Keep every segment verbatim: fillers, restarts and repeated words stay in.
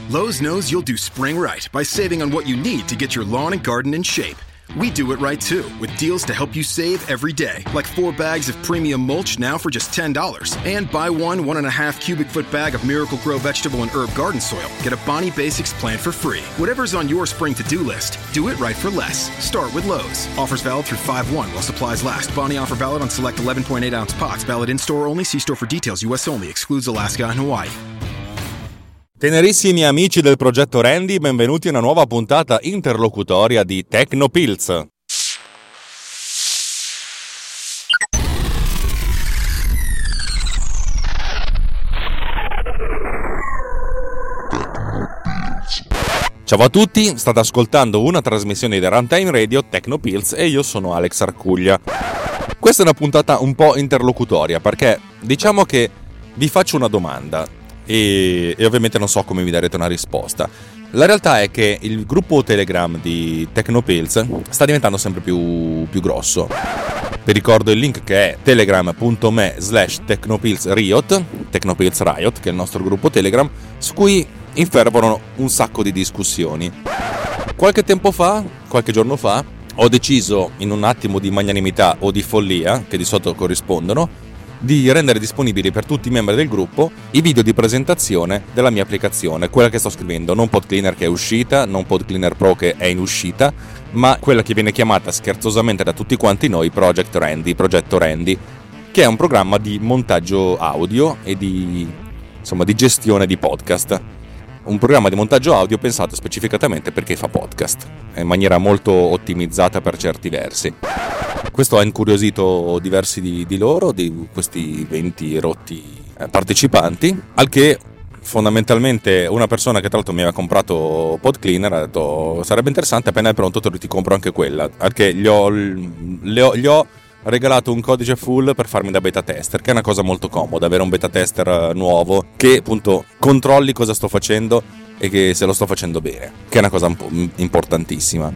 Lowe's knows you'll do spring right by saving on what you need to get your lawn and garden in shape. We do it right too, with deals to help you save every day, like four bags of premium mulch now for just ten dollars. And buy one one and a half cubic foot bag of Miracle-Gro vegetable and herb garden soil. Get a Bonnie Basics plant for free. Whatever's on your spring to-do list, do it right for less. Start with Lowe's. Offers valid through five one while supplies last. Bonnie offer valid on select eleven point eight ounce pots. Valid in-store only. See store for details. U S only. Excludes Alaska and Hawaii. Tenerissimi amici del progetto Randy, benvenuti a una nuova puntata interlocutoria di Tecnopills. Ciao a tutti, state ascoltando una trasmissione di Runtime Radio Tecnopills e io sono Alex Arcuglia. Questa è una puntata un po' interlocutoria perché diciamo che vi faccio una domanda e, e ovviamente non so come mi darete una risposta. La realtà è che il gruppo Telegram di Tecnopills sta diventando sempre più, più grosso. Vi ricordo il link che è telegram.me slash Tecnopills Riot, Tecnopills Riot, che è il nostro gruppo Telegram, su cui infervono un sacco di discussioni. Qualche tempo fa, qualche giorno fa, ho deciso, in un attimo di magnanimità o di follia, che di solito corrispondono, di rendere disponibili per tutti i membri del gruppo i video di presentazione della mia applicazione, quella che sto scrivendo, non PodCleaner che è uscita, non PodCleaner Pro che è in uscita, ma quella che viene chiamata scherzosamente da tutti quanti noi Project Randy, Progetto Randy, che è un programma di montaggio audio e di, insomma, di gestione di podcast. Un programma di montaggio audio pensato specificatamente per chi fa podcast, in maniera molto ottimizzata per certi versi. Questo ha incuriosito diversi di, di loro, di questi venti rotti partecipanti, al che fondamentalmente una persona che tra l'altro mi aveva comprato PodCleaner ha detto sarebbe interessante, appena è pronto te ti compro anche quella, al che gli ho, le ho, gli ho regalato un codice full per farmi da beta tester, che è una cosa molto comoda, avere un beta tester nuovo che appunto controlli cosa sto facendo e che se lo sto facendo bene, che è una cosa un po' importantissima.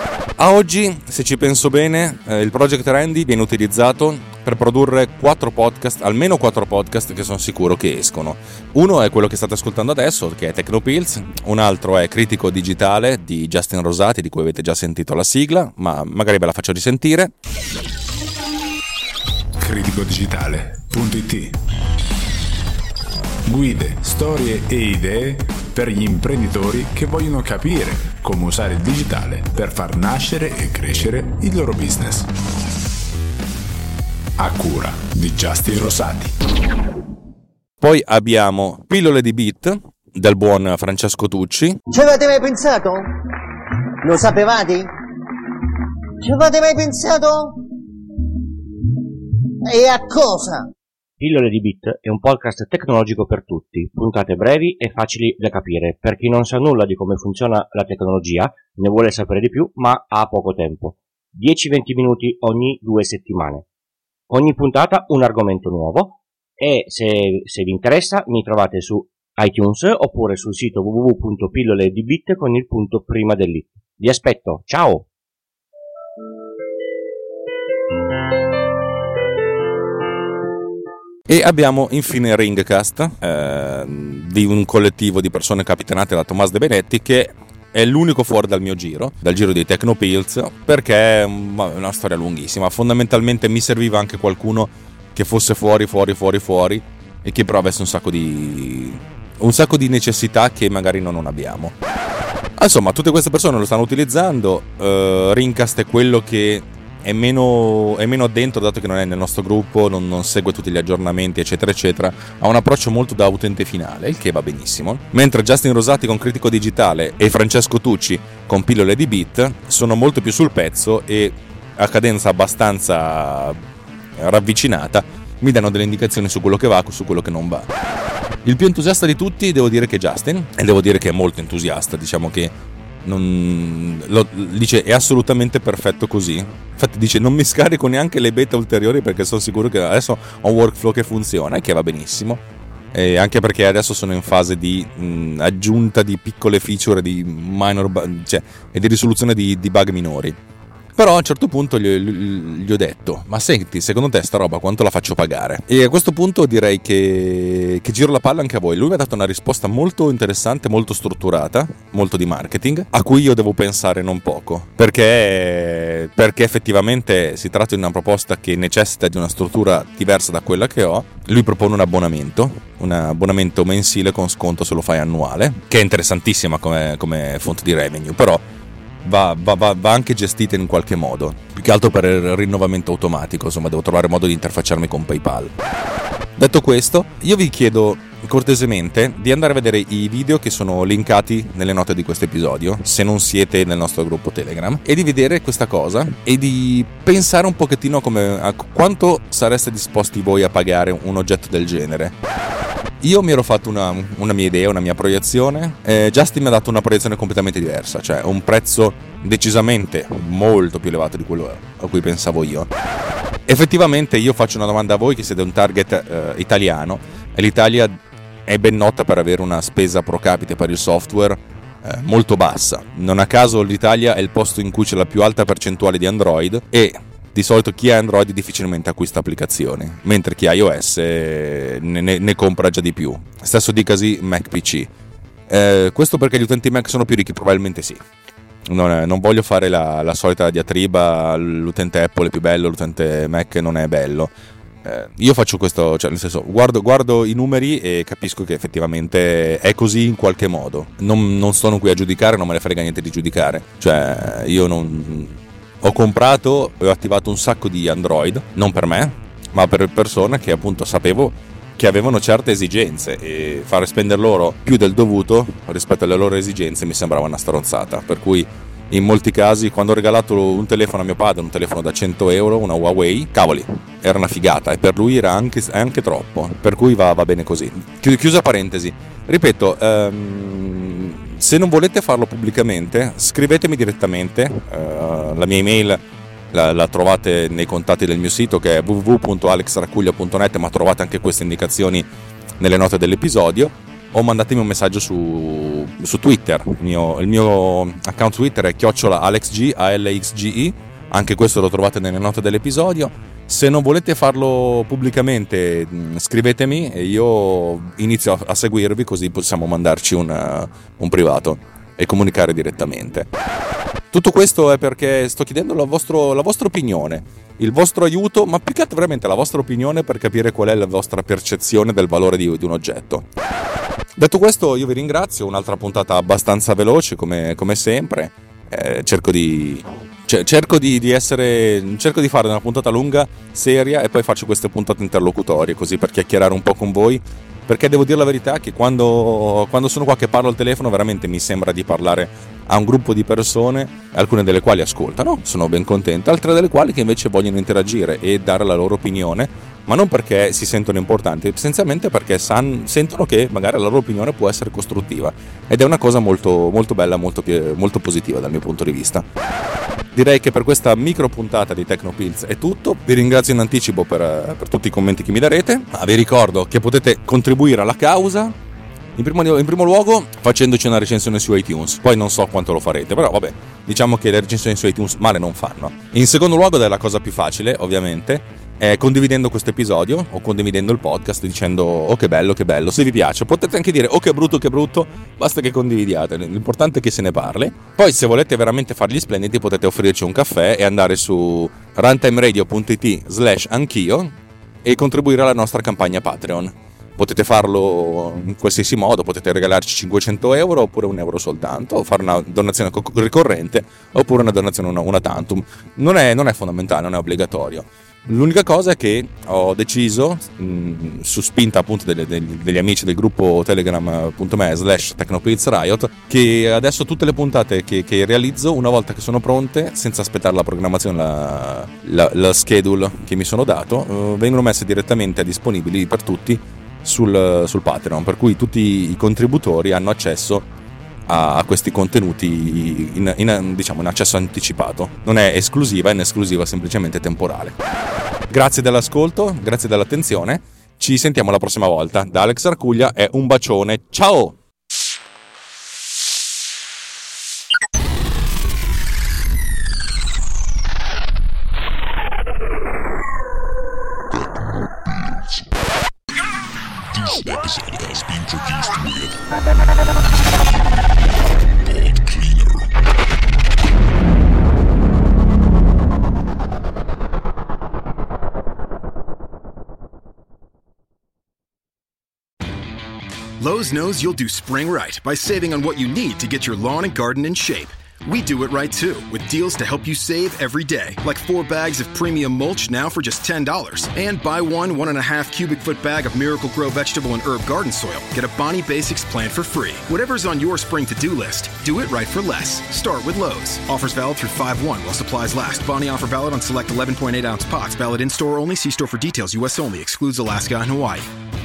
A oggi, se ci penso bene, eh, il Project Randy viene utilizzato per produrre quattro podcast, almeno quattro podcast che sono sicuro che escono. Uno è quello che state ascoltando adesso, che è Tecnopills, un altro è Critico Digitale di Justin Rosati, di cui avete già sentito la sigla, ma magari ve la faccio risentire. critico digitale punto it. Guide, storie e idee per gli imprenditori che vogliono capire come usare il digitale per far nascere e crescere il loro business. A cura di Justin Rosati. Poi abbiamo Pillole di Bit del buon Francesco Tucci. Ci avete mai pensato? Lo sapevate? Ci avete mai pensato? E a cosa? Pillole di Bit è un podcast tecnologico per tutti, puntate brevi e facili da capire per chi non sa nulla di come funziona la tecnologia, ne vuole sapere di più ma ha poco tempo. dieci venti minuti ogni due settimane. Ogni puntata un argomento nuovo e se, se vi interessa mi trovate su iTunes oppure sul sito w w w punto pillole di bit con il punto prima dell'it. Vi aspetto, ciao! E abbiamo infine Ringcast, eh, di un collettivo di persone capitanate da Tommaso De Benetti, che è l'unico fuori dal mio giro, dal giro di Tecnopills, perché è una storia lunghissima. Fondamentalmente mi serviva anche qualcuno che fosse fuori, fuori, fuori, fuori e che però avesse un sacco di un sacco di necessità che magari non, non abbiamo. Insomma, tutte queste persone lo stanno utilizzando. uh, Ringcast è quello che è meno, è meno dentro, dato che non è nel nostro gruppo, non, non segue tutti gli aggiornamenti eccetera eccetera, ha un approccio molto da utente finale, il che va benissimo, mentre Justin Rosati con Critico Digitale e Francesco Tucci con Pillole di Bit sono molto più sul pezzo e a cadenza abbastanza ravvicinata mi danno delle indicazioni su quello che va, su quello che non va. Il più entusiasta di tutti devo dire che è Justin, e devo dire che è molto entusiasta, diciamo che non lo, dice è assolutamente perfetto così. Infatti dice non mi scarico neanche le beta ulteriori perché sono sicuro che adesso ho un workflow che funziona e che va benissimo, e anche perché adesso sono in fase di mh, aggiunta di piccole feature di minor, cioè, e di risoluzione di, di bug minori. Però a un certo punto gli, gli ho detto: ma senti, secondo te sta roba quanto la faccio pagare? E a questo punto direi che, che giro la palla anche a voi. Lui mi ha dato una risposta molto interessante, molto strutturata, molto di marketing, a cui io devo pensare non poco, perché, perché effettivamente si tratta di una proposta che necessita di una struttura diversa da quella che ho. Lui propone un abbonamento, un abbonamento mensile con sconto se lo fai annuale, che è interessantissima come, come fonte di revenue, però Va, va, va anche gestita in qualche modo, più che altro per il rinnovamento automatico. Insomma, devo trovare modo di interfacciarmi con PayPal. Detto questo, io vi chiedo cortesemente di andare a vedere i video che sono linkati nelle note di questo episodio, se non siete nel nostro gruppo Telegram, e di vedere questa cosa e di pensare un pochettino come a quanto sareste disposti voi a pagare un oggetto del genere. Io mi ero fatto una, una mia idea, una mia proiezione, e Justin mi ha dato una proiezione completamente diversa, cioè un prezzo decisamente molto più elevato di quello a cui pensavo io. Effettivamente io faccio una domanda a voi che siete un target eh, italiano, e l'Italia è ben nota per avere una spesa pro capite per il software eh, molto bassa. Non a caso l'Italia è il posto in cui c'è la più alta percentuale di Android, e di solito chi ha Android difficilmente acquista applicazioni, mentre chi ha iOS ne, ne, ne compra già di più. Stesso dicasi Mac P C. Eh, questo perché gli utenti Mac sono più ricchi? Probabilmente sì. Non, è, non voglio fare la, la solita diatriba, l'utente Apple è più bello, l'utente Mac non è bello. Eh, io faccio questo, cioè nel senso, guardo, guardo i numeri e capisco che effettivamente è così in qualche modo. Non, non sono qui a giudicare, non me ne frega niente di giudicare. Cioè io non... Ho comprato e ho attivato un sacco di Android, non per me, ma per persone che appunto sapevo che avevano certe esigenze, e fare spendere loro più del dovuto rispetto alle loro esigenze mi sembrava una stronzata. Per cui in molti casi, quando ho regalato un telefono a mio padre, un telefono da cento euro, una Huawei, cavoli, era una figata, e per lui era anche, anche troppo, per cui va, va bene così. Chiusa parentesi, ripeto, um, se non volete farlo pubblicamente, scrivetemi direttamente. Uh, la mia email la, la trovate nei contatti del mio sito, che è w w w punto alex racuglia punto net, ma trovate anche queste indicazioni nelle note dell'episodio, o mandatemi un messaggio su, su Twitter. Il mio, il mio account Twitter è chiocciola alexg, A L X G I, anche questo lo trovate nelle note dell'episodio. Se non volete farlo pubblicamente, scrivetemi e io inizio a seguirvi, così possiamo mandarci un, un privato e comunicare direttamente. Tutto questo è perché sto chiedendo la, vostro, la vostra opinione, il vostro aiuto, ma più che altro veramente la vostra opinione per capire qual è la vostra percezione del valore di, di un oggetto. Detto questo, io vi ringrazio, un'altra puntata abbastanza veloce come, come sempre. Eh, cerco di... Cerco di, di essere cerco di fare una puntata lunga, seria, e poi faccio queste puntate interlocutorie così per chiacchierare un po' con voi, perché devo dire la verità che quando, quando sono qua che parlo al telefono veramente mi sembra di parlare a un gruppo di persone, alcune delle quali ascoltano, sono ben contento, altre delle quali che invece vogliono interagire e dare la loro opinione, ma non perché si sentono importanti, essenzialmente perché san, sentono che magari la loro opinione può essere costruttiva, ed è una cosa molto, molto bella, molto, molto positiva dal mio punto di vista. Direi che per questa micro puntata di Tecnopills è tutto. Vi ringrazio in anticipo per, per tutti i commenti che mi darete, ma vi ricordo che potete contribuire alla causa in primo, in primo luogo facendoci una recensione su iTunes. Poi non so quanto lo farete, però vabbè, diciamo che le recensioni su iTunes male non fanno. In secondo luogo, ed è la cosa più facile ovviamente, è condividendo questo episodio o condividendo il podcast dicendo oh che bello, che bello, se vi piace. Potete anche dire oh che brutto, che brutto, basta che condividiate, l'importante è che se ne parli. Poi se volete veramente fargli splendidi potete offrirci un caffè e andare su runtimeradio punto it slash anch'io e contribuire alla nostra campagna Patreon. Potete farlo in qualsiasi modo, potete regalarci cinquecento euro oppure un euro soltanto, o fare una donazione ricorrente oppure una donazione una, una tantum. Non è, non è fondamentale, non è obbligatorio. L'unica cosa è che ho deciso, mh, su spinta appunto delle, degli, degli amici del gruppo telegram punto me slash technopilsriot, che adesso tutte le puntate che, che realizzo, una volta che sono pronte, senza aspettare la programmazione, la, la, la schedule che mi sono dato, uh, vengono messe direttamente disponibili per tutti sul, sul Patreon, per cui tutti i contributori hanno accesso a questi contenuti in, in, diciamo, in accesso anticipato. Non è esclusiva, è un'esclusiva semplicemente temporale. Grazie dell'ascolto, grazie dell'attenzione, ci sentiamo la prossima volta. Da Alex Arcuglia è un bacione, ciao! episode has been produced with Pod Cleaner. Lowe's knows you'll do spring right by saving on what you need to get your lawn and garden in shape. We do it right too, with deals to help you save every day, like four bags of premium mulch now for just ten dollars. And buy one one and a half cubic foot bag of Miracle-Gro vegetable and herb garden soil. Get a Bonnie Basics plant for free. Whatever's on your spring to-do list, do it right for less. Start with Lowe's. Offers valid through five one while supplies last. Bonnie offer valid on select eleven point eight ounce pots. Valid in-store only. See store for details. U S only. Excludes Alaska and Hawaii.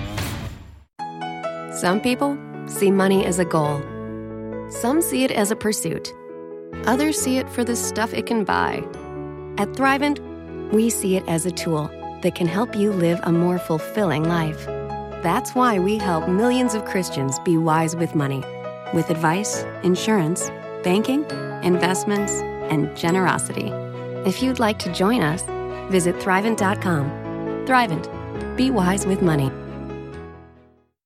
Some people see money as a goal. Some see it as a pursuit. Others see it for the stuff it can buy. At Thrivent, we see it as a tool that can help you live a more fulfilling life. That's why we help millions of Christians be wise with money, with advice, insurance, banking, investments, and generosity. If you'd like to join us, visit Thrivent dot com. Thrivent. Be wise with money.